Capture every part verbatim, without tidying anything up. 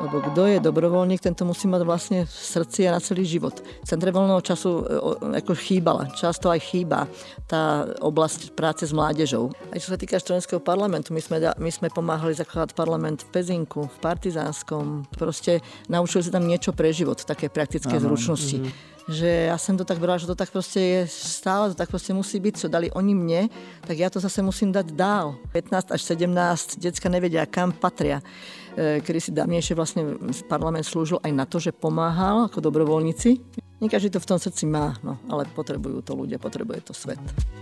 Lebo kto je dobrovoľník, ten to musí mať vlastne v srdci a na celý život. V centre voľného času ako chýbala, často aj chýba tá oblasť práce s mládežou. Aj čo sa týka študentského parlamentu, my sme, my sme pomáhali zakladať parlament v Pezinku, v Partizánskom. Proste naučili sa tam niečo pre život, také praktické ano. zručnosti. Mm-hmm. Že ja som to tak brala, že to tak proste je stále, to tak proste musí byť, čo dali oni mne, tak ja to zase musím dať dál. pätnásť až sedemnásť, decka nevedia, kam patria. Kedy si dávnejšie vlastne parlament slúžil aj na to, že pomáhal ako dobrovoľníci. Nie každý to v tom srdci má, no, ale potrebujú to ľudia, potrebuje to svet.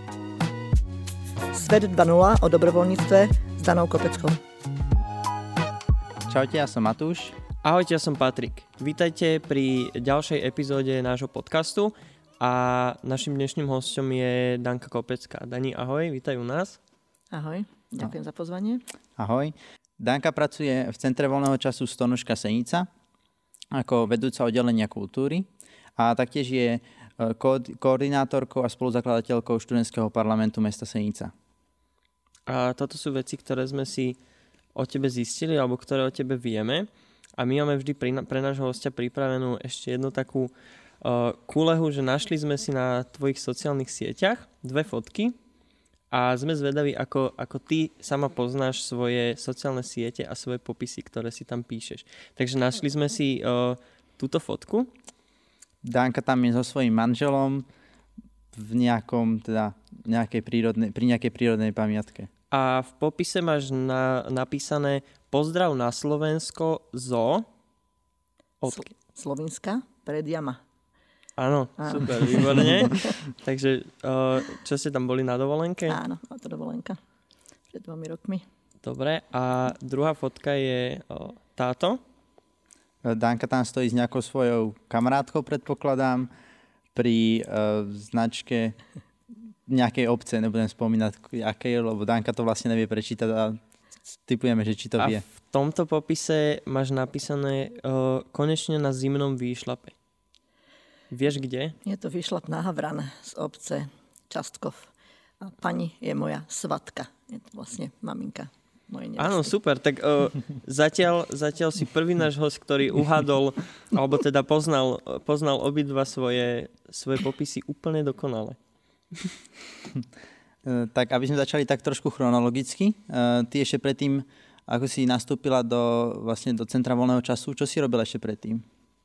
Svet dva nula o dobrovoľníctve s Danou Kopeckou. Čaute, ja som Matúš. Ahojte, ja som Patrik. Vítajte pri ďalšej epizóde nášho podcastu a našim dnešným hosťom je Danka Kopecká. Dani, ahoj, vítaj u nás. Ahoj, ďakujem no. za pozvanie. Ahoj. Danka pracuje v Centre voľného času Stonožka Senica ako vedúca oddelenia kultúry a taktiež je ko- koordinátorkou a spoluzakladateľkou študentského parlamentu mesta Senica. A toto sú veci, ktoré sme si o tebe zistili alebo ktoré o tebe vieme. A my máme vždy pri, pre nášho hostia pripravenú ešte jednu takú uh, kúlehu, že našli sme si na tvojich sociálnych sieťach dve fotky a sme zvedaví, ako, ako ty sama poznáš svoje sociálne siete a svoje popisy, ktoré si tam píšeš. Takže našli sme si uh, túto fotku. Danka tam je so svojím manželom v nejakom, teda, nejakej prírodnej, pri nejakej prírodnej pamiatke. A v popise máš na, napísané pozdrav na Slovensko zo... Od... Slovenska pred Jama. Áno, Áno. super, výborne. Takže čo ste tam boli na dovolenke? Áno, bola to dovolenka. Pred dvomi rokmi. Dobre, a druhá fotka je o, táto. Danka tam stojí s nejakou svojou kamarátkou, predpokladám, pri uh, značke nejakej obce, nebudem spomínať, aké je, lebo Danka to vlastne nevie prečítať a typujeme, že či to a vie. A v tomto popise máš napísané uh, konečne na zimnom výšlape. Vieš kde? Je to výšlap na Havran z obce Častkov. A pani je moja svatka. Je to vlastne maminka mojej nevesty. Áno, super. Tak uh, zatiaľ, zatiaľ si prvý náš host, ktorý uhádol, alebo teda poznal, poznal obidva svoje, svoje popisy úplne dokonale. Tak aby sme začali tak trošku chronologicky. Ty ešte predtým, ako si nastúpila do, vlastne do Centra voľného času, čo si robila ešte predtým?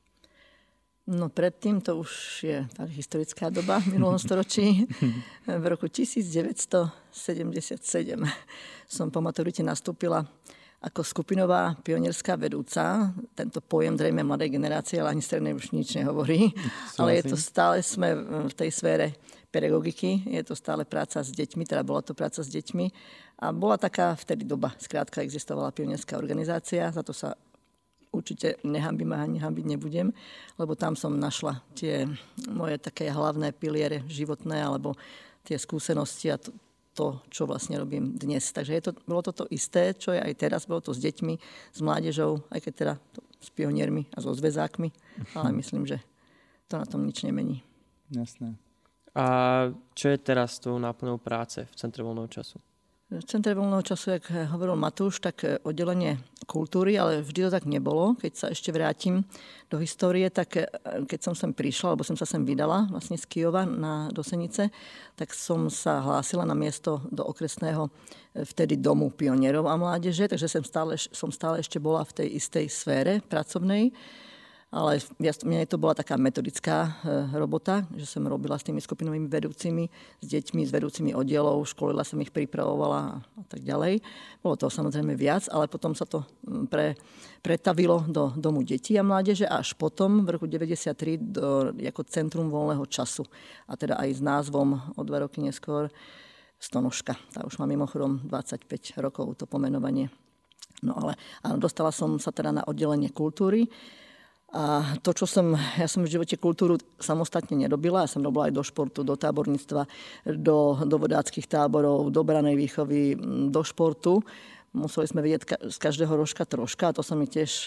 No predtým, to už je tak historická doba v minulom storočí. V roku devätnásťsedemdesiatsedem som po maturite nastúpila ako skupinová pionierská vedúca. Tento pojem zrejme mladej generácie, ale ani strednej už nič nehovorí. Ale je to stále, sme v tej sfére pedagogiky, je to stále práca s deťmi, teda bola to práca s deťmi. A bola taká vtedy doba, skrátka existovala pionierská organizácia, za to sa určite nehambím a ani hambiť nebudem, lebo tam som našla tie moje také hlavné piliere životné, alebo tie skúsenosti a to, to, čo vlastne robím dnes. Takže je to, bolo to to isté, čo je aj teraz, bolo to s deťmi, s mládežou, aj keď teda to, s pioniermi a so zväzákmi, ale myslím, že to na tom nič nemení. Jasné. A čo je teraz tou náplňou práce v Centre voľného času? V Centre voľného času, jak hovoril Matúš, tak oddelenie kultúry, ale vždy to tak nebolo. Keď sa ešte vrátim do histórie, tak keď som sem prišla, alebo som sa sem vydala vlastne z Kyjova na, do Senice, tak som sa hlásila na miesto do okresného vtedy domu pionierov a mládeže, takže som stále, som stále ešte bola v tej istej sfére pracovnej. Ale mne to bola taká metodická robota, že som robila s tými skupinovými vedúcimi, s deťmi, s vedúcimi oddielov, školila som ich, pripravovala a tak ďalej. Bolo toho samozrejme viac, ale potom sa to pre, pretavilo do domu detí a mládeže a až potom v roku deväťdesiattri do, ako Centrum voľného času. A teda aj s názvom o dva roky neskôr Stonožka. Tá už má mimochodom dvadsaťpäť rokov to pomenovanie. No ale áno, dostala som sa teda na oddelenie kultúry. A to, čo som, ja som v živote kultúru samostatne nerobila, ja som robila aj do športu, do táborníctva, do, do vodáckych táborov, do branej výchovy, do športu. Museli sme vedieť z každého rožka troška a to sa mi tiež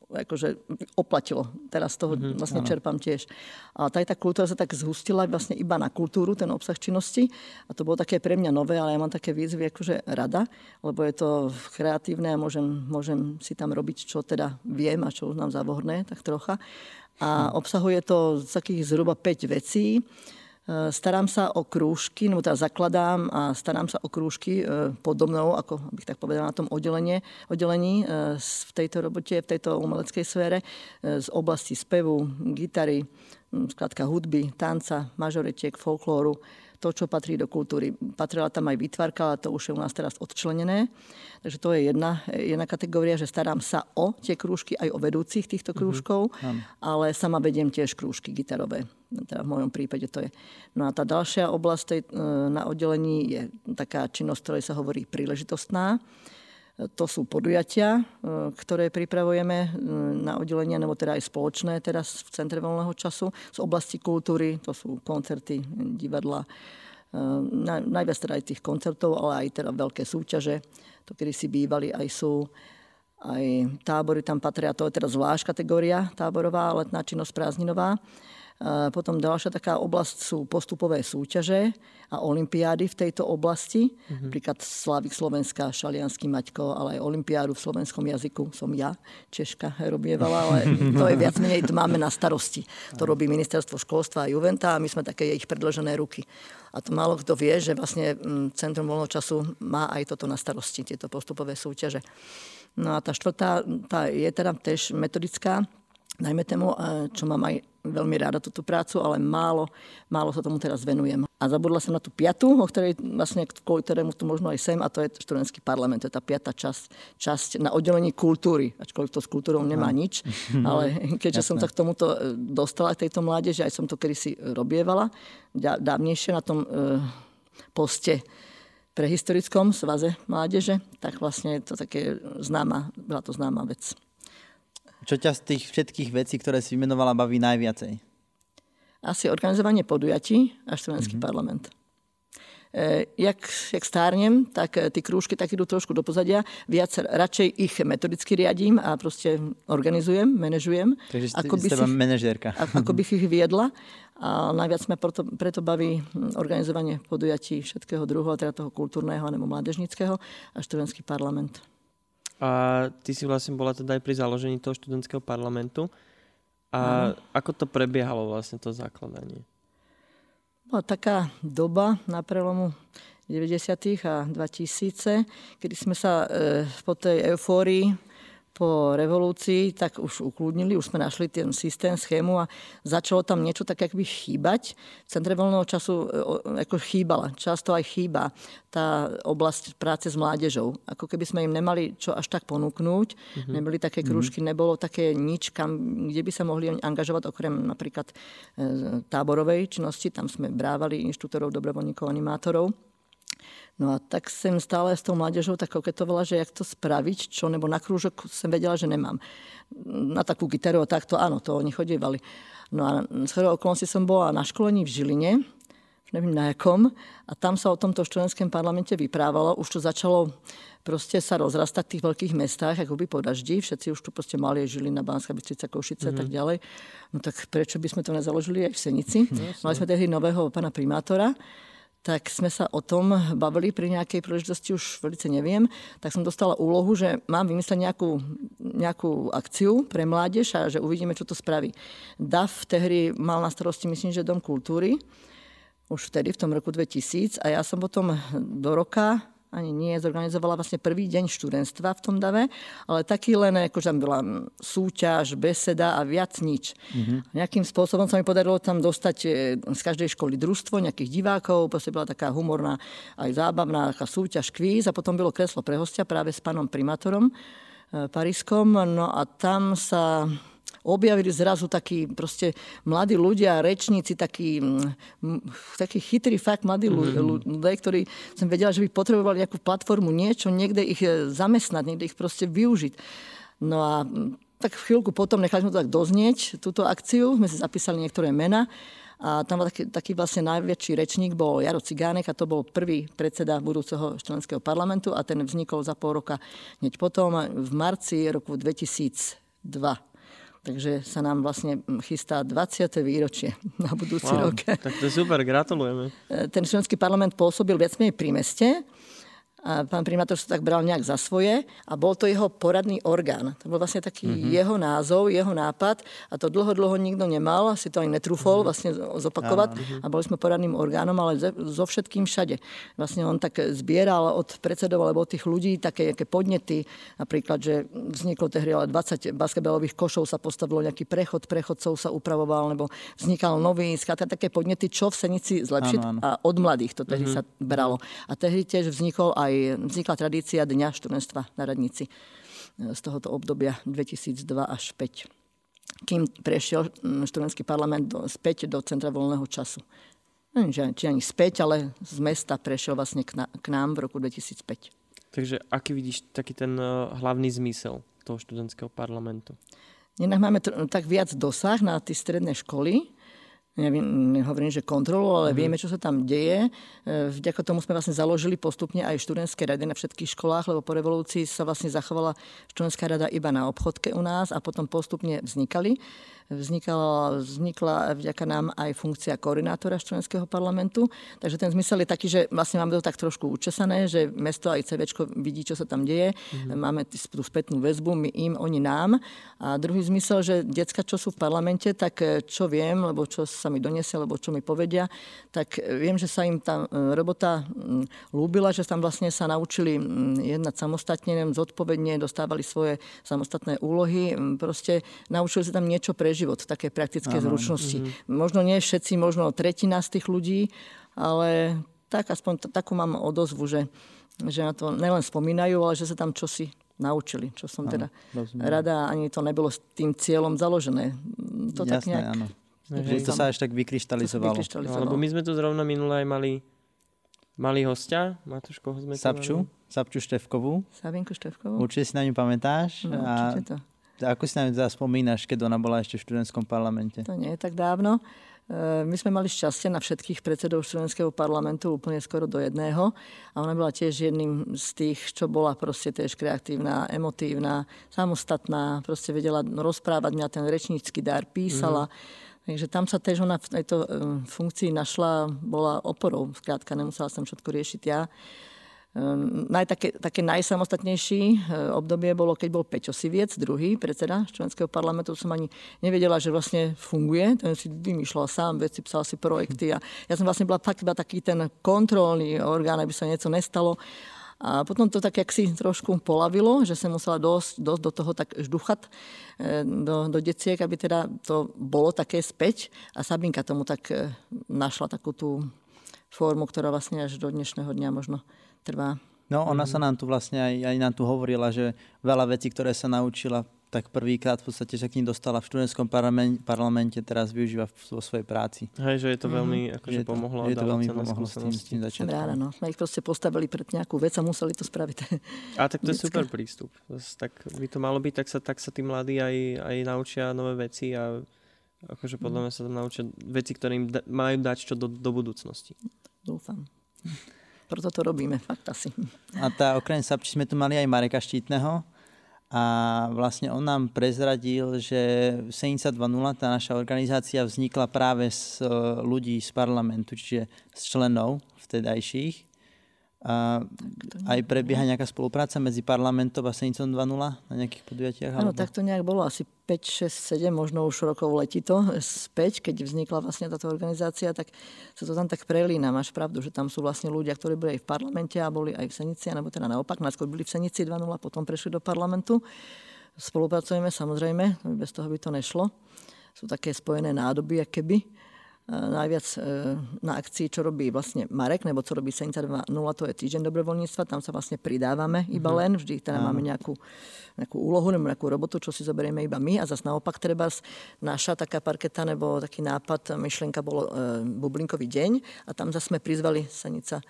akože oplatilo. Teraz toho mm-hmm, vlastne áno. čerpám tiež. A tá, tá kultúra sa tak zhustila vlastne iba na kultúru, ten obsah činnosti. A to bolo také pre mňa nové, ale ja mám také výzvy akože rada, lebo je to kreatívne a môžem, môžem si tam robiť, čo teda viem a čo uznám za vhodné, tak trocha. A obsahuje to takých zhruba päť vecí. Starám sa o krúžky, nebo teda zakladám a starám sa o krúžky podobnou, ako bych tak povedala, na tom oddelenie, oddelení v tejto robote, v tejto umeleckej sfére z oblasti spevu, gitary, skladka hudby, tanca, mažoretiek, folklóru, to, čo patrí do kultúry. Patrila tam aj výtvarka, ale to už je u nás teraz odčlenené. Takže to je jedna, jedna kategória, že starám sa o tie krúžky, aj o vedúcich týchto krúžkov, mm-hmm. ale sama vediem tiež krúžky gitarové. Teda v mojom prípade to je. No a tá ďalšia oblasť tej, na oddelení je taká činnosť, ktorej sa hovorí príležitostná. To sú podujatia, ktoré pripravujeme na oddelenia, nebo teda aj spoločné teraz v Centre voľného času z oblasti kultúry. To sú koncerty, divadla, najviac teda aj tých koncertov, ale aj teda veľké súťaže. To kedy si bývali, aj sú aj tábory tam patria. To je teda zvlášť kategória táborová, letná činnosť prázdninová. Potom ďalšia taká oblasť sú postupové súťaže a olympiády v tejto oblasti. Mm-hmm. Napríklad Slávik Slovenska, Šaliansky Maťko, ale aj olympiádu v slovenskom jazyku som ja, Češka, robievala, ale to je viac menej, to máme na starosti. To robí Ministerstvo školstva a Juventa a my sme také ich predĺžené ruky. A to málo kto vie, že vlastne Centrum voľného času má aj toto na starosti, tieto postupové súťaže. No a tá štvrtá, tá je teda tiež metodická, najmä tému, čo mám aj veľmi rada túto prácu, ale málo, málo sa tomu teraz venujem. A zabudla som na tú piatu, o ktorej vlastne kvôli ktorému tu možno aj sem, a to je študentský parlament. To je tá piata časť, časť na oddelení kultúry. Ačkoliv to s kultúrou nemá no. nič, ale keďže Jasné. som sa k tomuto dostala, k tejto mládeži, aj som to kedysi robievala, dávnejšie na tom e, poste prehistorickom svaze mládeže, tak vlastne je to také známa, bola to známa vec. Čo ťa z tých všetkých vecí, ktoré si vymenovala, baví najviacej? Asi organizovanie podujatí a študentský mm-hmm. parlament. E, jak, jak stárnem, tak tí krúžky tak idú trošku do pozadia. Viac radšej ich metodicky riadím a proste organizujem, manažujem. Takže ako by si, manažérka. Ako bych ich viedla. A najviac ma preto, preto baví organizovanie podujatí všetkého druhu, teda toho kultúrneho nebo mládežnického a študentský parlament. A ty si vlastne bola teda aj pri založení toho študentského parlamentu. A no. ako to prebiehalo vlastne to zakladanie? Bola taká doba na prelomu deväťdesiatych a dvetisíce, kedy sme sa e, po tej eufórii, po revolúcii, tak už ukludnili, už sme našli ten systém, schému a začalo tam niečo tak akoby chýbať. V Centre voľného času ako chýbala, často aj chýba tá oblasť práce s mládežou. Ako keby sme im nemali čo až tak ponúknúť, mm-hmm. neboli také krúžky, nebolo také nič, kam, kde by sa mohli angažovať, okrem napríklad e, táborovej činnosti, tam sme brávali inštruktorov, dobrovoľníkov, animátorov. No a tak som stále s tou mládežou tak koketovala, že jak to spraviť, čo, nebo na krúžok som vedela, že nemám. Na takú gitaru, takto áno, to oni chodievali. No a z chodou okolností som bola na školení v Žiline, už neviem na jakom, a tam sa o tomto študentskom parlamente vyprávalo. Už to začalo proste sa rozrastať v tých veľkých mestách, ako by po daždi. Všetci už tu proste mali Žilina, Banská Bystrica, Košice a mm-hmm. tak ďalej. No tak prečo by sme to nezaložili aj v Senici? Mm-hmm. Mali sme tehdy nového pána primátora, tak sme sa o tom bavili pri nejakej príležitosti, už veľmi neviem, tak som dostala úlohu, že mám vymysleť nejakú, nejakú akciu pre mládež a že uvidíme, čo to spraví. dé á ef tehdy mal na starosti, myslím, že Dom kultúry, už vtedy, v tom roku dvetisíc, a ja som potom do roka ani nie, zorganizovala vlastne prvý deň študentstva v tom dave, ale taký len, akože tam bola súťaž, beseda a viac nič. Mm-hmm. Nejakým spôsobom sa mi podarilo tam dostať z každej školy družstvo, nejakých divákov, proste bola taká humorná, aj zábavná taká súťaž, kvíz a potom bylo kreslo pre hostia práve s pánom primátorom e, Parískom. No a tam sa objavili zrazu takí proste mladí ľudia, rečníci, takí, takí chytrí fakt mladí mm-hmm. ľudia, ktorí som vedela, že by potrebovali nejakú platformu, niečo, niekde ich zamestnať, niekde ich proste využiť. No a tak chvíľku potom nechali sme to tak doznieť, túto akciu, sme si zapísali niektoré mená a tam taký, taký vlastne najväčší rečník bol Jaro Cigánek a to bol prvý predseda budúceho študentského parlamentu a ten vznikol za pol roka hneď potom v marci roku dvetisíc Takže sa nám vlastne chystá dvadsiate výročie na budúci wow, rok. Tak to je super, gratulujeme. Ten študentský parlament pôsobil viac menej pri meste. A pán primátor sa tak bral nejak za svoje a bol to jeho poradný orgán. To bol vlastne taký mm-hmm. jeho názov, jeho nápad a to dlho, dlho nikto nemal, si to ani netrúfol mm-hmm. vlastne zopakovať mm-hmm. a boli sme poradným orgánom, ale so všetkým všade. Vlastne on tak zbieral od predsedov alebo od tých ľudí také nejaké podnety, napríklad, že vzniklo tehdy ale dvadsať basketbalových košov sa postavilo, nejaký prechod, prechodcov sa upravoval, nebo vznikal nový, skrátka také podnety, čo v Senici zlepšiť áno, áno. a od mladých to tehdy mm-hmm. sa bralo. A tehdy tiež vznikol aj vznikla tradícia Dňa študentstva na Radnici z tohoto obdobia dvetisícdva až päť. Kým prešiel študentský parlament do, späť do centra voľného času. Neviem, či ani späť, ale z mesta prešiel vlastne k, na, k nám v roku dvetisícpäť. Takže aký vidíš taký ten uh, hlavný zmysel toho študentského parlamentu? Jednak máme t- tak viac dosah na tie stredné školy. Neviem, nehovorím, že kontrolu, ale mm-hmm. vieme, čo sa tam deje. Vďaka tomu sme vlastne založili postupne aj študentské rady na všetkých školách, lebo po revolúcii sa vlastne zachovala študentská rada iba na obchodke u nás a potom postupne vznikali. Vznikala, vznikla vďaka nám aj funkcia koordinátora študentského parlamentu. Takže ten zmysel je taký, že vlastne máme to tak trošku učesané, že mesto aj CVčko vidí, čo sa tam deje. Mm-hmm. Máme tú spätnú väzbu, my im, oni nám. A druhý zmysel, že decka, čo sú v parlamente, tak čo viem, lebo čo sa mi donesia, alebo čo mi povedia, tak viem, že sa im tá robota ľúbila, že tam vlastne sa naučili jednať samostatne, zodpovedne, dostávali svoje samostatné úlohy. Proste naučili sa tam niečo pre život, také praktické ano. Zručnosti. Mm-hmm. Možno nie všetci, možno tretina z tých ľudí, ale tak aspoň t- takú mám odozvu, že, že na to nelen spomínajú, ale že sa tam čosi naučili, čo som ano, teda rozumiem. Rada, ani to nebolo s tým cieľom založené. To jasné, tak nejak... áno. Že to sa až tak vykryštalizovalo. vykryštalizovalo. No, lebo my sme tu zrovna minule aj mali, mali hostia. Matúš, koho sme Sapču, Sapču Štefkovú. Sabinku Štefkovú. Určite si na ňu pamätáš. No, a určite to. Ako si na ňu teda spomínaš, keď ona bola ešte v študentskom parlamente? To nie je tak dávno. My sme mali šťastie na všetkých predsedov študentského parlamentu úplne skoro do jedného. A ona bola tiež jedným z tých, čo bola proste tiež kreatívna, emotívna, samostatná. Proste vedela rozprávať, mňa ten rečnícky dar, písala. Mm. Takže tam sa tiež ona v tejto funkcii našla, bola oporou. Skrátka, nemusela som všetko riešiť ja. Naj, také, také najsamostatnejší obdobie bolo, keď bol Peťo Siviec, druhý predseda študentského parlamentu. Som ani nevedela, že vlastne funguje. Ten si vymýšľal sám veci, psal si projekty. A ja som vlastne bola fakt iba taký ten kontrolný orgán, aby sa niečo nestalo. A potom to tak, jak si trošku polavilo, že som musela dosť, dosť do toho tak žduchať do, do deciek, aby teda to bolo také späť. A Sabinka tomu tak našla takú tú formu, ktorá vlastne až do dnešného dňa možno trvá. No, ona sa nám tu vlastne aj, aj nám tu hovorila, že veľa vecí, ktoré sa naučila, tak prvýkrát v podstate sa k ním dostala v študentskom parlamente, parlamente, teraz využíva vo svojej práci. Hej, že je to veľmi mm. akože je to, pomohlo. Je to veľmi pomohlo s tým, s tým začiatkom. Ráno, no. Sme ich proste postavili pred nejakú vec a museli to spraviť. A tak to je super prístup. Tak by to malo byť, tak sa, tak sa tí mladí aj, aj naučia nové veci a akože podľa mňa sa tam naučia veci, ktoré im da, majú dať čo do, do budúcnosti. Dúfam. Proto to robíme, fakt asi. A tá okrem Sapči sme tu mali aj Mareka Štítneho a vlastne on nám prezradil, že Senica dva nula, tá naša organizácia vznikla práve z ľudí z parlamentu, čiže z členov vtedajších. A aj prebieha nejaká spolupráca medzi parlamentom a Senicom dva nula na nejakých podujatiach? Áno, tak to nejak bolo asi päť, šesť, sedem, možno už rokov letí to späť, keď vznikla vlastne táto organizácia, tak sa to tam tak prelína. Máš pravdu, že tam sú vlastne ľudia, ktorí boli aj v parlamente a boli aj v Senici, alebo teda naopak, najskôr byli v Senici dva nula, potom prešli do parlamentu. Spolupracujeme samozrejme, bez toho by to nešlo. Sú také spojené nádoby, akéby. Najviac na akcii, čo robí vlastne Marek, nebo čo robí Senica dva nula, to je týždeň dobrovoľníctva, tam sa vlastne pridávame iba len, vždy teda máme nejakú, nejakú úlohu nebo nejakú robotu, čo si zoberieme iba my a zase naopak treba naša taká parketa nebo taký nápad, myšlienka bolo e, Bublinkový deň a tam zase sme prizvali Senica e,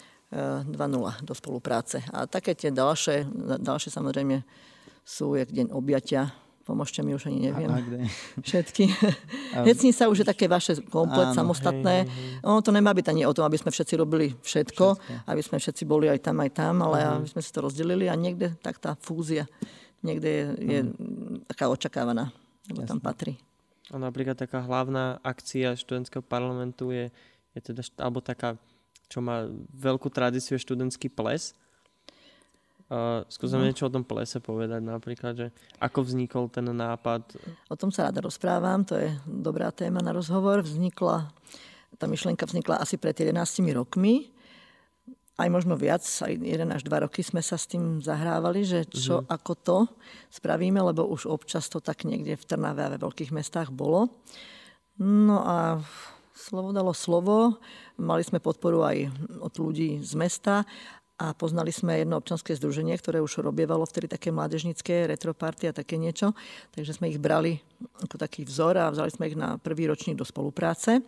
dva nula do spolupráce. A také tie ďalšie, ďalšie samozrejme sú jak deň objatia. Pomôžte mi, už ani neviem. Všetky. Hecni sa už je také vaše komplet, áno, samostatné. Hej, hej. Ono to nemá byť ani o tom, aby sme všetci robili všetko, všetko. Aby sme všetci boli aj tam, aj tam, ale uh-huh. aby sme si to rozdelili a niekde tak tá fúzia, niekde je, je taká očakávaná, lebo tam patrí. A napríklad taká hlavná akcia študentského parlamentu je, je teda, alebo taká, čo má veľkú tradíciu, je študentský ples. Uh, skúsim no. niečo o tom plese povedať napríklad, že ako vznikol ten nápad. O tom sa rada rozprávam, to je dobrá téma na rozhovor. Vznikla, tá myšlienka vznikla asi pred jedenástimi rokmi. Aj možno viac, aj jeden až dva roky sme sa s tým zahrávali, že čo, mm-hmm. ako to spravíme, lebo už občas to tak niekde v Trnave a ve veľkých mestách bolo. No a slovo dalo slovo. Mali sme podporu aj od ľudí z mesta a poznali sme jedno občanské združenie, ktoré už robievalo vtedy také mládežnícke retroparty a také niečo. Takže sme ich brali ako taký vzor a vzali sme ich na prvý ročník do spolupráce.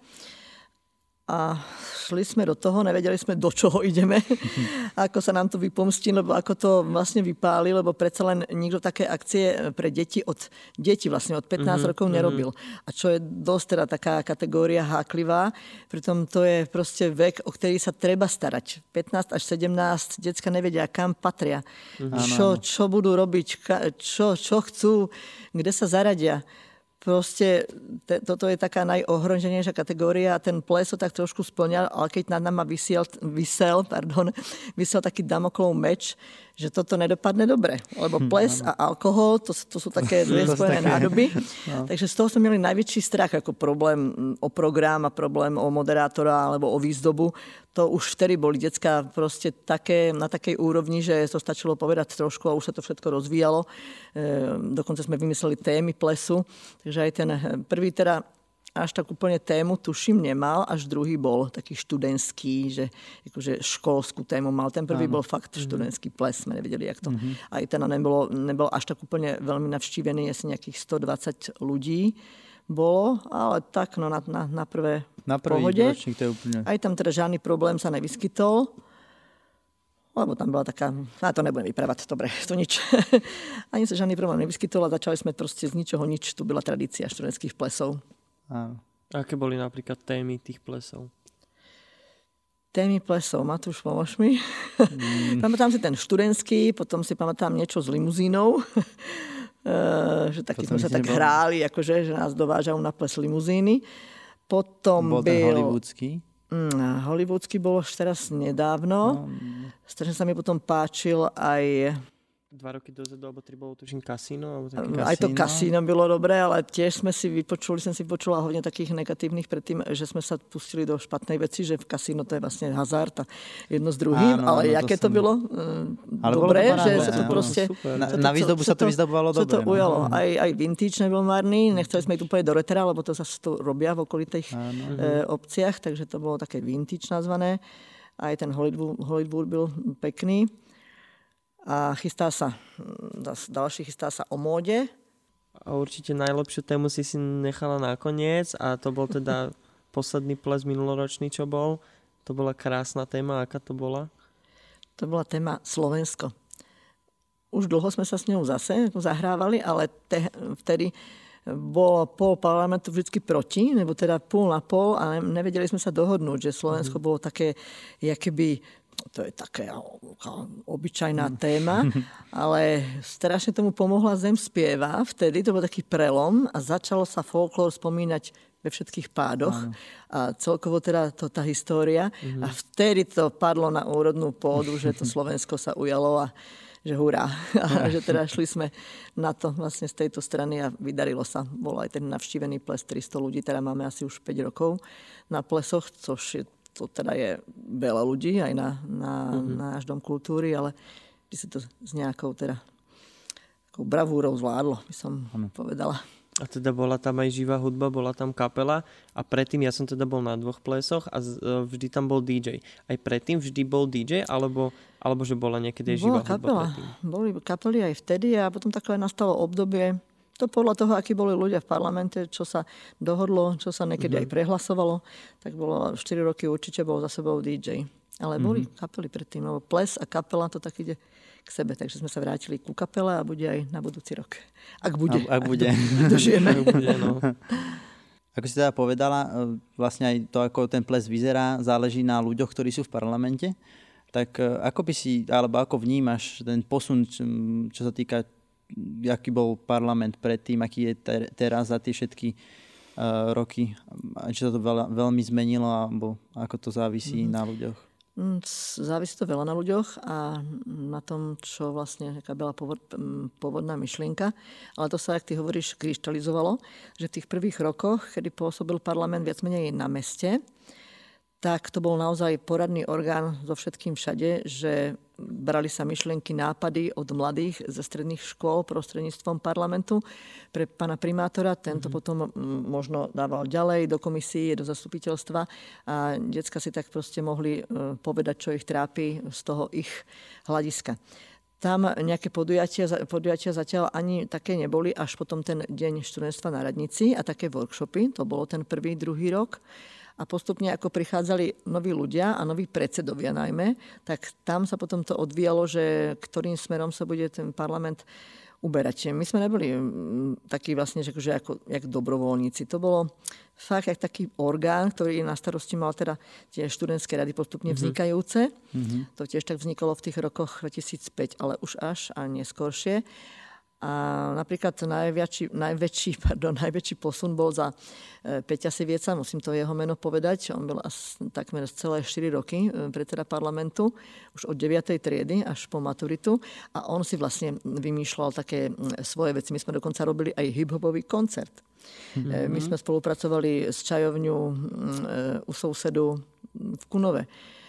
A šli sme do toho, nevedeli sme, do čoho ideme, ako sa nám to vypomstí, lebo ako to vlastne vypáli, lebo predsa len nikto také akcie pre deti od detí vlastne od pätnásť mm-hmm. rokov nerobil. A čo je dosť teda taká kategória háklivá, pritom to je proste vek, o ktorý sa treba starať. pätnásť až sedemnásť, decka nevedia, kam patria, mm-hmm. čo, čo budú robiť, čo, čo chcú, kde sa zaradia. Proste te, toto je taká najohroženejšia kategória a ten ples ho tak trošku splňal, ale keď nad nama vysiel, vysel, pardon, vysel taký Damoklov meč, že toto nedopadne dobre. Lebo ples a alkohol, to, to sú také dve spojené nádoby. No. Takže z toho sme mali najväčší strach, ako problém o program a problém o moderátora alebo o výzdobu. To už vtedy boli decká proste také, na takej úrovni, že to stačilo povedať trošku a už sa to všetko rozvíjalo. E, dokonca sme vymysleli témy plesu. Takže aj ten prvý teda až tak úplne tému, tuším, nemal, až druhý bol taký študentský, že akože školskú tému mal. Ten prvý Áno. bol fakt študentský ples, sme nevedeli, jak to. Mm-hmm. Aj ten nebolo, nebol až tak úplne veľmi navštívený, asi nejakých stodvadsať ľudí bolo, ale tak no na, na, na prvé na prvý pohode. Ročník, to je úplne... Aj tam teda žiadny problém sa nevyskytol, lebo tam bola taká, a to nebudem vyprávať, dobre, to nič. Ani sa žiadny problém nevyskytol a začali sme proste z ničoho nič. Tu byla tradícia študentských plesov. Áno. Aké boli napríklad témy tých plesov? Témy plesov, Matúš, pomôž mi. Mm. Pamätám si ten študentský, potom si pamätám niečo s limuzínou. Uh, že taký sme sa tak nebol... hráli, akože, že nás dovážajú na ples limuzíny. Potom bol byl... ten hollywoodský? Mm, hollywoodský bol už teraz nedávno. No. Strašne sa mi potom páčil aj... Dva roky dozadu, alebo tri bolo tuším kasíno. Alebo taký... Aj to kasíno bylo dobré, ale tiež sme si vypočuli, som si vypočula hodne takých negatívnych predtým, že sme sa pustili do špatnej veci, že v kasíno to je vlastne hazard a jedno s druhým, áno, ale áno, jaké to, to bylo ale dobré, bolo že sa to proste... Na, na výzdobu sa to vyzdobovalo dobre. Sa to ujalo. No. Aj, aj vintage nebyl marný, nechceli sme ísť úplne do retera, lebo to zase to robia v okolitých e, obciach, takže to bolo také vintage nazvané. Aj ten Hollywood, Hollywood byl pekný. A chystá sa, ďalší chystá sa o móde. A určite najlepšiu tému si si nechala nakoniec a to bol teda posledný ples minuloročný, čo bol. To bola krásna téma. Aká to bola? To bola téma Slovensko. Už dlho sme sa s ňou zase zahrávali, ale te, vtedy bolo pol parlamentu vždycky proti, nebo teda pol na pol a nevedeli sme sa dohodnúť, že Slovensko mm. bolo také, jakoby to je taká obyčajná téma, ale strašne tomu pomohla Zem spieva. Vtedy to bol taký prelom a začalo sa folklór spomínať ve všetkých pádoch. Áno. A celkovo teda to, tá história. Mhm. A vtedy to padlo na úrodnú pôdu, že to Slovensko sa ujalo a že hurá. A že teda šli sme na to vlastne z tejto strany a vydarilo sa. Bol aj ten navštívený ples tristo ľudí, teda máme asi už päť rokov na plesoch, což je to teda je veľa ľudí aj na, na, mm-hmm. na náš dom kultúry, ale by si to s nejakou teda takou bravúrou zvládlo, by som ano. povedala. A teda bola tam aj živá hudba, bola tam kapela a predtým ja som teda bol na dvoch plesoch a vždy tam bol dý džej. Aj predtým vždy bol dý džej, alebo, alebo že bola niekedy aj živá bola kapela. Hudba predtým? Boli kapely aj vtedy a potom takové nastalo obdobie, to podľa toho, akí boli ľudia v parlamente, čo sa dohodlo, čo sa niekedy mm-hmm. aj prehlasovalo, tak bolo štyri roky určite bol za sebou dý džej. Ale mm-hmm. boli kapely predtým, lebo ples a kapela to tak ide k sebe. Takže sme sa vrátili ku kapele a bude aj na budúci rok. Ak bude. A, ak bude. Dožijeme. no. Ako si teda povedala, vlastne aj to, ako ten ples vyzerá, záleží na ľuďoch, ktorí sú v parlamente. Tak ako by si, alebo ako vnímaš ten posun, čo, čo sa týka aký bol parlament predtým, aký je ter, teraz za tie všetky uh, roky? Či to veľa, veľmi zmenilo, alebo ako to závisí mm. na ľuďoch? Závisí to veľa na ľuďoch a na tom, čo vlastne aká bola pôvodná myšlienka. Ale to sa, ak ty hovoríš, kryštalizovalo, že v tých prvých rokoch, kedy pôsobil parlament viac menej na meste, tak to bol naozaj poradný orgán so všetkým všade, že brali sa myšlienky, nápady od mladých ze stredných škôl prostredníctvom parlamentu pre pána primátora. Tento mm-hmm. potom možno dával ďalej do komisie, do zastupiteľstva a decka si tak proste mohli povedať, čo ich trápi z toho ich hľadiska. Tam nejaké podujatia, podujatia zatiaľ ani také neboli, až potom ten deň študentstva na radnici a také workshopy. To bolo ten prvý, druhý rok. A postupne, ako prichádzali noví ľudia a noví predsedovia najmä, tak tam sa potom to odvíjalo, že ktorým smerom sa bude ten parlament uberať. My sme neboli takí vlastne, že ako, jak dobrovoľníci. To bolo fakt jak taký orgán, ktorý na starosti mal teda tie študentské rady postupne vznikajúce. Mm-hmm. To tiež tak vznikalo v tých rokoch dvetisícpäť, ale už až a neskôršie. A napríklad najväčší, najväčší, pardon, najväčší posun bol za Peťa Sivieca, musím to jeho meno povedať. On bol asi takmer celé štyri roky predseda parlamentu, už od deviatej triedy až po maturitu. A on si vlastne vymýšľal také svoje veci. My sme dokonca robili aj hip-hopový koncert. Mm-hmm. My sme spolupracovali s čajovňou u sousedu v Kunove.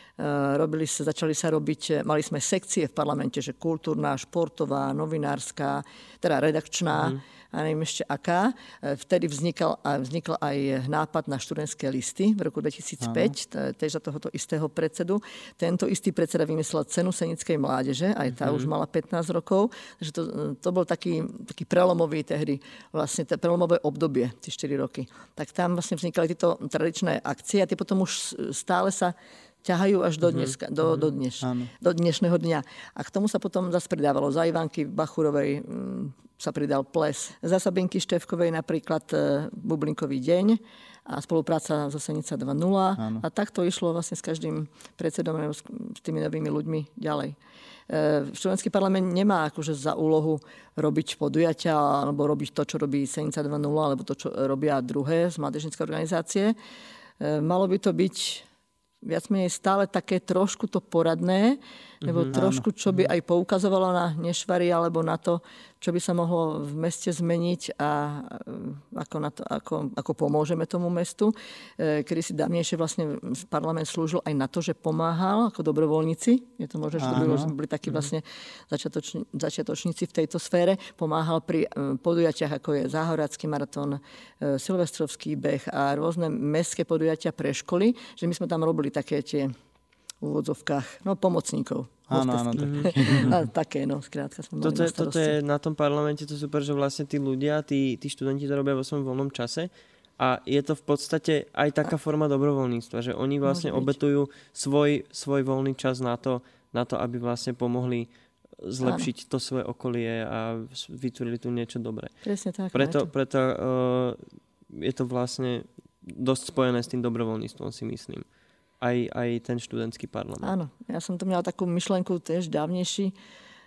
Robili sa, začali sa robiť, mali sme sekcie v parlamente, že kultúrna, športová, novinárska, teda redakčná, mm. a neviem ešte aká. Vtedy vznikal, vznikal aj nápad na študentské listy v roku dvetisícpäť, tiež za tohoto istého predsedu. Tento istý predseda vymyslel cenu senickej mládeže, aj tá mm. už mala pätnásť rokov, takže to, to bol taký, taký prelomový tehdy, vlastne prelomové obdobie, tie štyri roky. Tak tam vlastne vznikali tieto tradičné akcie a tie potom už stále sa ťahajú až do, dneska, do, do, dneš, do dnešného dňa. A k tomu sa potom zase pridávalo. Za Ivanky Bachurovej m, sa pridal ples. Za Sabinky Števkovej napríklad e, Bublinkový deň a spolupráca zo Senica dva nula. A takto išlo vlastne s každým predsedom s, s tými novými ľuďmi ďalej. E, študentský parlament nemá akože za úlohu robiť podujatia alebo robiť to, čo robí Senica dva nula alebo to, čo robia druhé z mládežníckej organizácie. E, malo by to byť viac menej stále také trošku to poradné, nebo mm-hmm, trošku, čo by aj poukazovalo na nešvary alebo na to, čo by sa mohlo v meste zmeniť a ako, na to, ako, ako pomôžeme tomu mestu. Kedy si dávnejšie vlastne parlament slúžil aj na to, že pomáhal ako dobrovoľníci. Je to možné, že to boli, boli takí vlastne začiatoční, začiatočníci v tejto sfére. Pomáhal pri podujatiach, ako je Záhoracký maratón, Silvestrovský beh a rôzne mestské podujatia pre školy, že my sme tam robili také tie v úvodzovkách, no pomocníkov. Áno, áno. Tak. Také, no, skrátka sme mali toto, na starosti. Toto je na tom parlamente to super, že vlastne tí ľudia, tí, tí študenti to robia vo svojom voľnom čase a je to v podstate aj taká forma dobrovoľníctva, že oni vlastne obetujú svoj, svoj voľný čas na to, na to, aby vlastne pomohli zlepšiť áno. to svoje okolie a vytvorili tu niečo dobré. Presne tak. Preto, preto uh, je to vlastne dosť spojené s tým dobrovoľníctvom, si myslím. Aj, aj ten študentský parlament. Áno, ja som to mala takú myšlenku tiež dávnejší.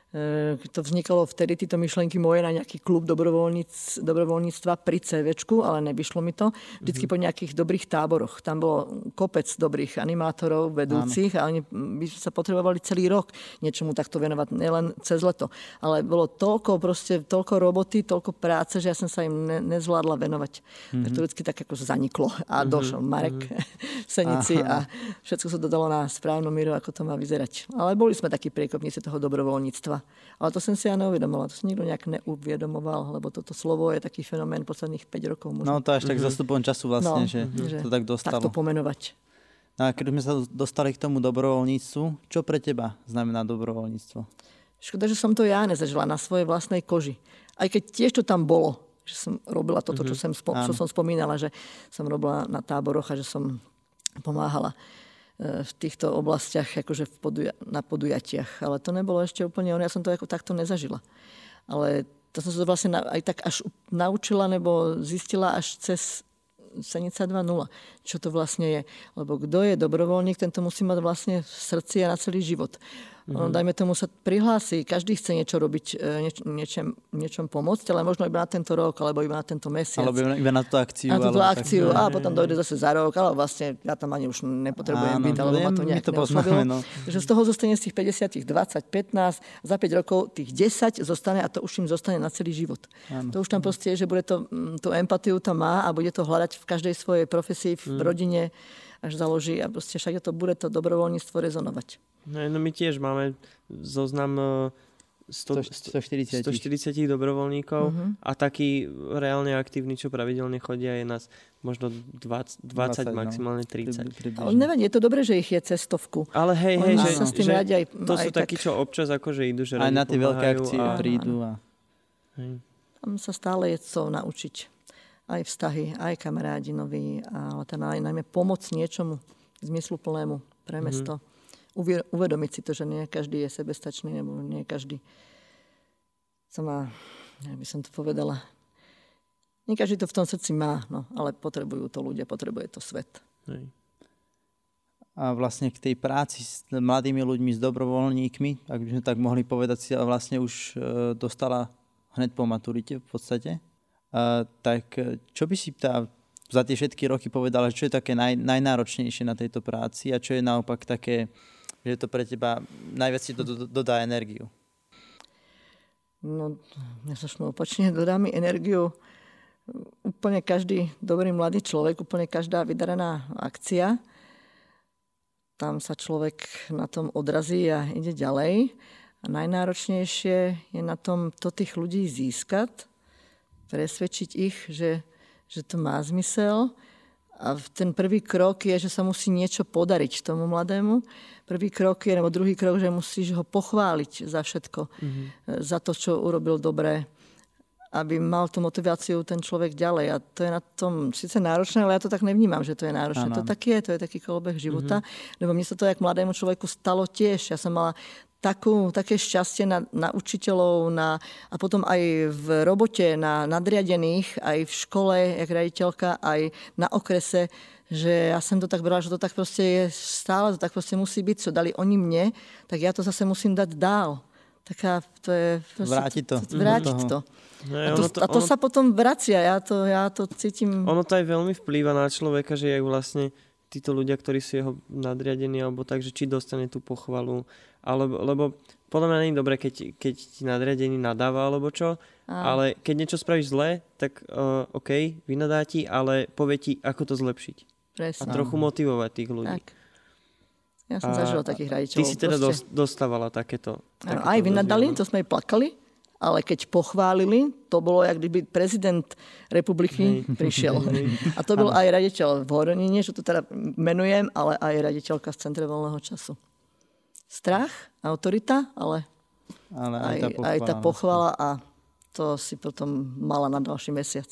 E, to vznikalo vtedy, títo myšlenky moje na nejaký klub dobrovoľníc, dobrovoľníctva pri CVčku, ale nevyšlo mi to. Vždycky mm-hmm. po nejakých dobrých táboroch. Tam bolo kopec dobrých animátorov, vedúcich Áno. a oni by sa potrebovali celý rok niečomu takto venovať, nielen cez leto. Ale bolo toľko, proste, toľko roboty, toľko práce, že ja som sa im ne, nezvládla venovať. Mm-hmm. Tak to vždycky tak ako zaniklo. A mm-hmm. došiel Marek mm-hmm. v Senici Aha. a všetko sa dodalo na správnu míru, ako to má vyzerať. Ale boli sme takí priekopníci toho dobrovoľníctva. Ale to som si ja neuvedomovala. To som nikto nejak neuvedomoval, lebo toto slovo je taký fenomén posledných päť rokov. Možno. No to až tak mm-hmm. zastupom času vlastne, no, že, že to tak dostalo. Tak to pomenovať. No a keď sme sa dostali k tomu dobrovoľníctvu, čo pre teba znamená dobrovoľníctvo? Škoda, že som to ja nezažila na svojej vlastnej koži. Aj keď tiež to tam bolo, že som robila toto, mm-hmm. čo, som spo- čo som spomínala, že som robila na táboroch a že som pomáhala v týchto oblastiach, akože v poduja- na podujatiach. Ale to nebolo ešte úplne ono. Ja som to ako takto nezažila. Ale to som sa vlastne aj tak až naučila, nebo zistila až cez Senica dva nula. Čo to vlastne je. Lebo kto je dobrovoľník, ten to musí mať vlastne v srdci a na celý život. Mm-hmm. Dajme tomu sa prihlási, každý chce niečo robiť, nieč, niečem, niečom pomôcť, ale možno iba na tento rok, alebo iba na tento mesiac. Alebo iba na tú akciu. Na túto akciu tak, a potom dojde zase za rok, ale vlastne ja tam ani už nepotrebujem byť, alebo ma to nejak neoslovilo. No. Takže z toho zostane z tých päťdesiat, dvadsať, pätnásť, za päť rokov tých desať zostane a to už im zostane na celý život. Áno. To už tam proste je, že bude to, tú empatiu tam má a bude to hľadať v každej svojej profesii, v mm. rodine, až založí a proste však to bude to dobrovoľníctvo rezonovať. No, no my tiež máme zoznam sto, stoštyridsať stoštyridsať dobrovoľníkov uh-huh. a taký reálne aktívny, čo pravidelne chodia, je nás možno dvadsať, dvadsať maximálne tridsať. Ale nevadí, je to dobré, že ich je cestovku. Ale hej, hej, že, sa s tým že aj, to aj sú tak... takí, čo občas akože idú, že aj na tie veľké akcie a... prídu. A... Tam sa stále je co naučiť. Aj vztahy, aj kamarádi noví, ale teda najmä pomoc niečomu zmysluplnému pre mesto. Uh-huh. Uvedomiť si to, že nie každý je sebestačný, nebo nie každý sa má, ja by som to povedala, nie každý to v tom srdci má, no, ale potrebujú to ľudia, potrebuje to svet. Hej. A vlastne k tej práci s mladými ľuďmi, s dobrovoľníkmi, ak by sme tak mohli povedať, si vlastne už dostala hneď po maturite v podstate. A, tak čo by si tá za tie všetky roky povedala, čo je také naj, najnáročnejšie na tejto práci a čo je naopak také, že to pre teba najviac si do, do, dodá energiu? No, ja sa šlo opačne, dodá mi energiu úplne každý dobrý mladý človek, úplne každá vydaraná akcia. Tam sa človek na tom odrazí a ide ďalej. A najnáročnejšie je na tom to tých ľudí získať, presvedčiť ich, že, že to má zmysel. A ten prvý krok je, že sa musí niečo podariť tomu mladému. Prvý krok je, nebo druhý krok, že musíš ho pochváliť za všetko. Mm-hmm. Za to, čo urobil dobre. Aby mal tú motiváciu ten človek ďalej. A to je na tom síce náročné, ale ja to tak nevnímam, že to je náročné. Ano. To tak je, to je taký kolobeh života. Mm-hmm. Lebo mne sa to jak mladému človeku stalo tiež. Ja som mala takú, také šťastie na, na učiteľov na, a potom aj v robote na nadriadených, aj v škole, jak riaditeľka, aj na okrese, že ja som to tak brala, že to tak proste je stále, to tak proste musí byť, čo dali oni mne, tak ja to zase musím dať dál. Taká, to je... Proste, vrátiť to. Vrátiť to. No, a to, to, a to ono, sa potom vracia, ja to, ja to cítim... Ono to aj veľmi vplýva na človeka, že jak vlastne títo ľudia, ktorí sú jeho nadriadení, alebo tak, že či dostane tú pochvalu, alebo, lebo podľa mňa nie je dobré, keď, keď ti nadriadený nadáva, alebo čo, a. ale keď niečo spravíš zle, tak uh, OK, vynadá ti, ale povie ti, ako to zlepšiť. Presne. A trochu motivovať tých ľudí. Tak. Ja som a, zažila takých raditeľov. Ty si teda proste dostávala takéto. takéto aj vynadali, to sme aj plakali. Ale keď pochválili, to bolo, jak kdyby prezident republiky Hej. prišiel. Hej. A to bol aj raditeľ v Horonine, že to teda menujem, ale aj raditeľka z Centra voľného času. Strach, autorita, ale, ale aj, aj, tá pochvala, aj tá pochvala a to si potom mala na ďalší mesiac.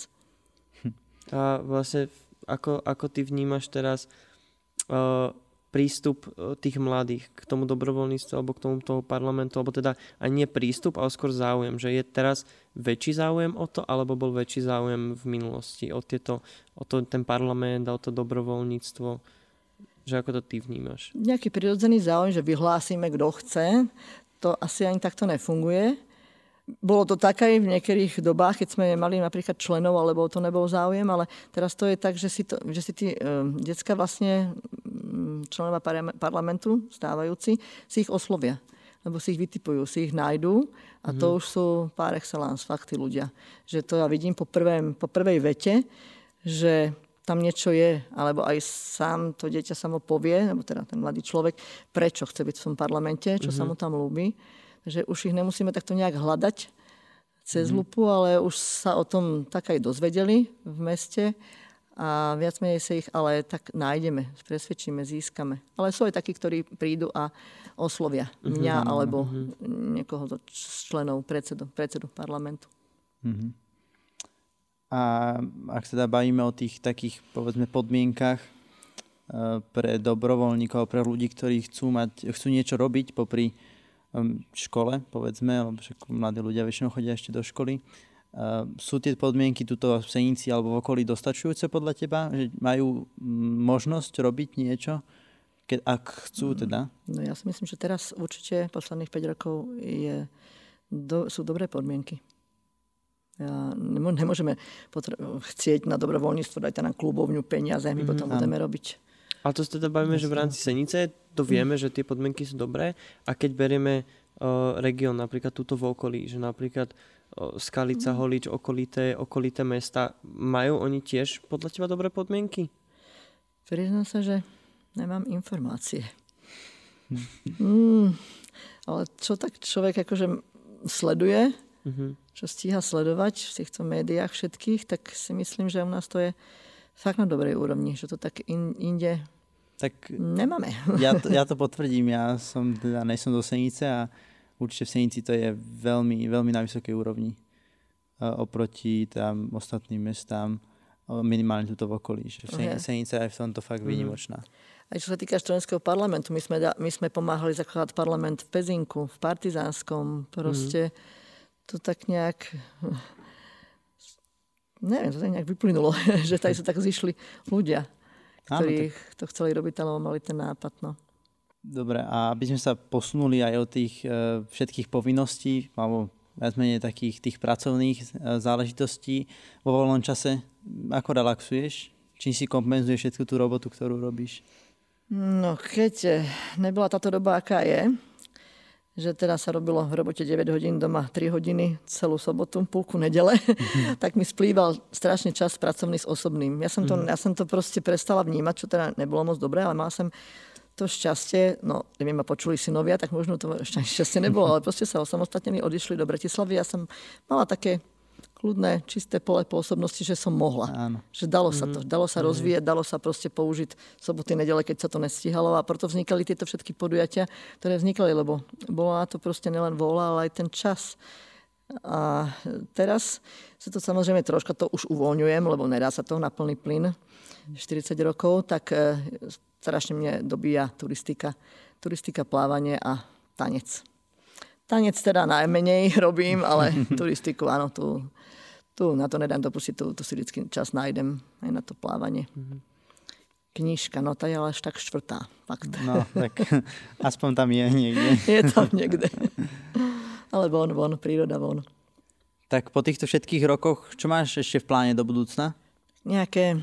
A vlastne, ako, ako ty vnímaš teraz uh, prístup tých mladých k tomu dobrovoľníctvu alebo k tomu toho parlamentu, alebo teda aj nie prístup, ale skôr záujem, že je teraz väčší záujem o to, alebo bol väčší záujem v minulosti o, tieto, o to, ten parlament a o to dobrovoľníctvo, že ako to ty vnímaš? Nejaký prirodzený záujem, že vyhlásime, kto chce, to asi ani takto nefunguje. Bolo to tak aj v niektorých dobách, keď sme mali napríklad členov, alebo to nebol záujem, ale teraz to je tak, že si, to, že si tí um, decka vlastne členovia parlamentu stávajúci si ich oslovia, lebo si ich vytipujú, si ich nájdú a to mm-hmm. už sú par excellence fakty ľudia. Že to ja vidím po, prvém, po prvej vete, že tam niečo je, alebo aj sám to dieťa samo povie, alebo teda ten mladý človek, prečo chce byť v tom parlamente, čo mm-hmm. sa mu tam ľúbi. Takže už ich nemusíme takto nejak hľadať cez mm-hmm. lupu, ale už sa o tom tak aj dozvedeli v meste a viac menej sa ich ale tak nájdeme, presvedčíme, získame. Ale sú aj takí, ktorí prídu a oslovia mm-hmm. mňa alebo mm-hmm. niekoho z členov, predsedu, predsedu parlamentu. Mm-hmm. A ak sa dá bavíme o tých takých, povedzme, podmienkach pre dobrovoľníkov, pre ľudí, ktorí chcú mať, chcú niečo robiť popri škole, povedzme, lebo však mladí ľudia väčšinou chodia ešte do školy. Uh, sú tie podmienky tuto v Senici alebo v okolí dostačujúce podľa teba? Že majú možnosť robiť niečo, Keď, ak chcú teda. No ja si myslím, že teraz určite posledných päť rokov je, do, sú dobré podmienky. Ja, nemôžeme potr- chcieť na dobrovoľníctvo, dajte na klubovňu peniaze, my mm, potom áno. budeme robiť. Ale to sa teda bavíme, že v rámci Senice to vieme, mm. že tie podmienky sú dobré a keď berieme uh, región, napríklad túto v okolí, že napríklad uh, Skalica, mm. Holíč, okolité, okolité mesta, majú oni tiež podľa teba dobré podmienky? Priznám sa, že nemám informácie. Mm, ale čo tak človek akože sleduje, mm-hmm. čo stíha sledovať v týchto médiách všetkých, tak si myslím, že u nás to je fakt na dobrej úrovni, že to tak in, inde tak nemáme. Ja to, ja to potvrdím, ja som teda nejsom do Senice a určite v Senici to je veľmi, veľmi na vysokej úrovni oproti tam ostatným mestám, minimálne tuto v okolí. Že v okay. Senice je v tomto fakt výnimočná. Aj čo sa týka študentského parlamentu, my sme, my sme pomáhali zakladať parlament v Pezinku, v Partizánskom, proste mm. to tak nejak, neviem, to tak nejak vyplynulo, že tady sa tak zišli ľudia, ktorí Áno, tak... to chceli robiť, ale mali ten nápad. No. Dobre, a aby sme sa posunuli aj od tých uh, všetkých povinností, alebo viac menej takých tých pracovných uh, záležitostí vo voľnom čase, ako relaxuješ? Čím si kompenzuješ všetku tú robotu, ktorú robíš? No, keď nebola táto doba, aká je, že teda sa robilo v robote deväť hodín, doma tri hodiny, celú sobotu, púlku nedele, mm-hmm. tak mi splýval strašne čas pracovný s osobným. Ja som, to, mm-hmm. ja som to proste prestala vnímať, čo teda nebolo moc dobré, ale mala som to šťastie, no, neviem, ma počuli synovia, tak možno to šťastie nebolo, ale proste sa osamostatnení, odišli do Bratislavy. Ja som mala také kľudné, čisté pole pôsobnosti, že som mohla. Áno. Že dalo sa to, dalo sa rozvíjať, dalo sa proste použiť soboty, nedele, keď sa to nestíhalo a preto vznikali tieto všetky podujatia, ktoré vznikali, lebo bola na to proste nielen vôľa, ale aj ten čas. A teraz sa to samozrejme troška to už uvoľňujem, lebo nedá sa to na plný plyn štyridsať rokov, tak strašne mne dobíja turistika. Turistika, plávanie a tanec. Tanec teda najmenej robím, ale turistiku, áno, tu, tu na to nedám dopustiť, tu, tu si vždycky čas nájdem aj na to plávanie. Mm-hmm. Knižka, no tá je ale až tak štvrtá. Fakt. No, tak aspoň tam je niekde. Je tam niekde. Ale von, von, príroda von. Tak po týchto všetkých rokoch, čo máš ešte v pláne do budúcna? Nejaké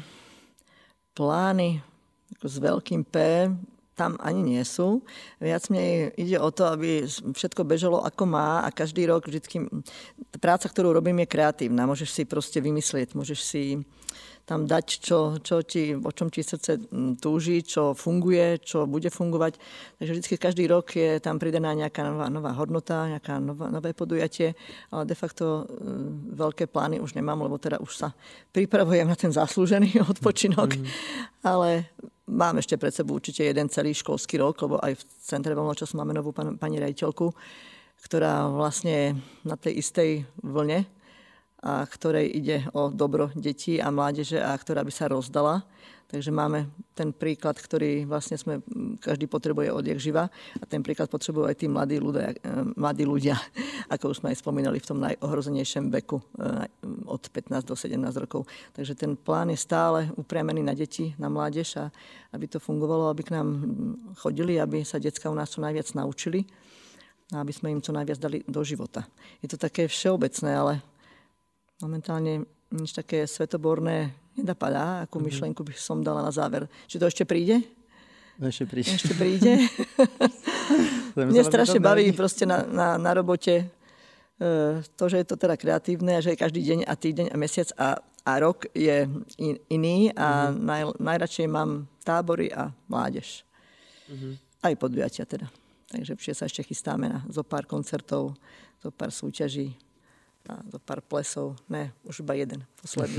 plány ako s veľkým P, tam ani nie sú. Viac mne ide o to, aby všetko bežalo ako má a každý rok vždycky... Práca, ktorú robím, je kreatívna. Môžeš si proste vymyslieť, môžeš si tam dať, čo, čo ti, o čom ti srdce túži, čo funguje, čo bude fungovať. Takže vždycky každý rok je tam pridaná nejaká nová, nová hodnota, nejaká nová, nové podujatie, ale de facto veľké plány už nemám, lebo teda už sa pripravujem na ten zaslúžený odpočinok. Mm. Ale mám ešte pred sebou určite jeden celý školský rok, lebo aj v Centre voľného času máme novú pan, pani riaditeľku, ktorá vlastne je na tej istej vlne, a ktorej ide o dobro detí a mládeže a ktorá by sa rozdala. Takže máme ten príklad, ktorý vlastne sme, každý potrebuje odjak živa a ten príklad potrebujú aj tí mladí ľudia, mladí ľudia, ako už sme aj spomínali v tom najohrozenejšom veku od pätnásť do sedemnásť rokov. Takže ten plán je stále upriamený na deti, na mládež a aby to fungovalo, aby k nám chodili, aby sa decká u nás čo najviac naučili a aby sme im čo najviac dali do života. Je to také všeobecné, ale momentálne nič také svetoborné nenapadá, akú mm-hmm. myšlienku by som dala na záver. Či to ešte príde? Ešte príde. Ešte príde. Mne strašne baví proste na, na, na robote to, že je to teda kreatívne, že je každý deň a týždeň a mesiac a, a rok je in, iný a mm-hmm. naj, najradšej mám tábory a mládež. Mm-hmm. Aj podujatia teda. Takže všetci sa ešte chystáme na zo pár koncertov, zo pár súťaží. A do pár plesov. Ne, už iba jeden, posledný.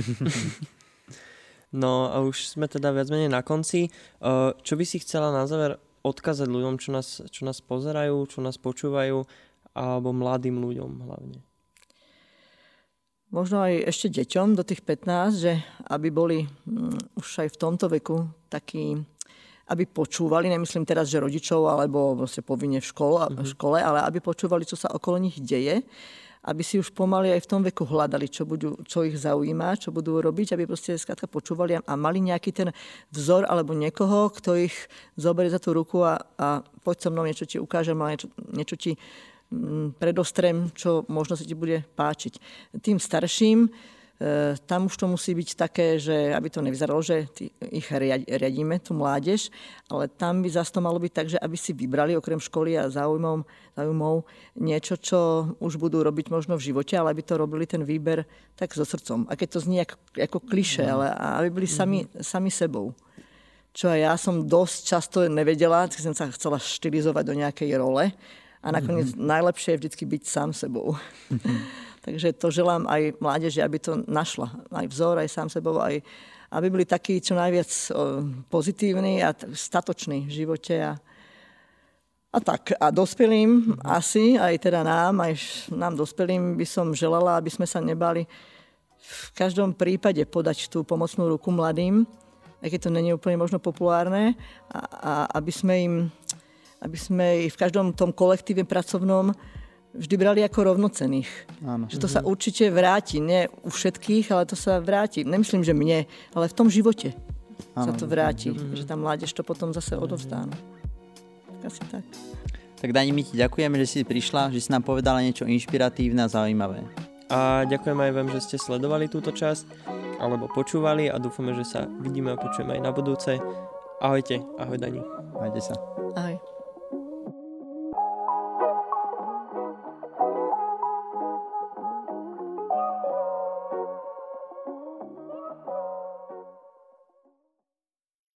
No a už sme teda viac menej na konci. Čo by si chcela na záver odkázať ľuďom, čo nás, čo nás pozerajú, čo nás počúvajú, alebo mladým ľuďom hlavne? Možno aj ešte deťom do tých pätnásť, že aby boli um, už aj v tomto veku takí, aby počúvali, nemyslím teraz, že rodičov, alebo vlastne povinne v škole, mm-hmm. škole, ale aby počúvali, čo sa okolo nich deje. aby si už pomaly aj v tom veku hľadali, čo, budú, čo ich zaujíma, čo budú robiť, aby proste skrátka počúvali a mali nejaký ten vzor alebo niekoho, kto ich zoberie za tú ruku a, a poď so mnou, niečo ti ukážem, ale niečo, niečo ti predostrem, čo možno sa ti bude páčiť. Tým starším, e, tam už to musí byť také, že aby to nevyzeralo, že tý, ich riadíme, tú mládež, ale tam by zase to malo byť tak, že aby si vybrali okrem školy a záujmov, záujmov niečo, čo už budú robiť možno v živote, ale aby to robili ten výber tak so srdcom. A keď to znie ako, ako klišé, ale aby byli sami, sami sebou. Čo aj ja som dosť často nevedela, keď som sa chcela štilizovať do nejakej role. A nakoniec mm-hmm. najlepšie je vždycky byť sám sebou. Mm-hmm. Takže to želám aj mládeži, aby to našla. Aj vzor, aj sám sebou, aj aby byli takí čo najviac o, pozitívni a t- statoční v živote. A, a tak. A dospelým mm-hmm. asi, aj teda nám, aj nám dospelým by som želala, aby sme sa nebali v každom prípade podať tú pomocnú ruku mladým, aj keď to nie je úplne možno populárne, a, a aby sme im aby sme ich v každom tom kolektíve pracovnom vždy brali ako rovnocenných. Áno. Že to sa určite vráti, nie u všetkých, ale to sa vráti. Nemyslím, že mne, ale v tom živote áno. sa to vráti. Mm-hmm. Že tá mládež to potom zase odovzdá. Tak asi tak. Tak Dani, my ti ďakujeme, že si prišla, že si nám povedala niečo inšpiratívne a zaujímavé. A ďakujem aj vám, že ste sledovali túto časť, alebo počúvali a dúfame, že sa vidíme a počujeme aj na budúce. Ahojte, ahoj Dani. Majte sa. Ahoj.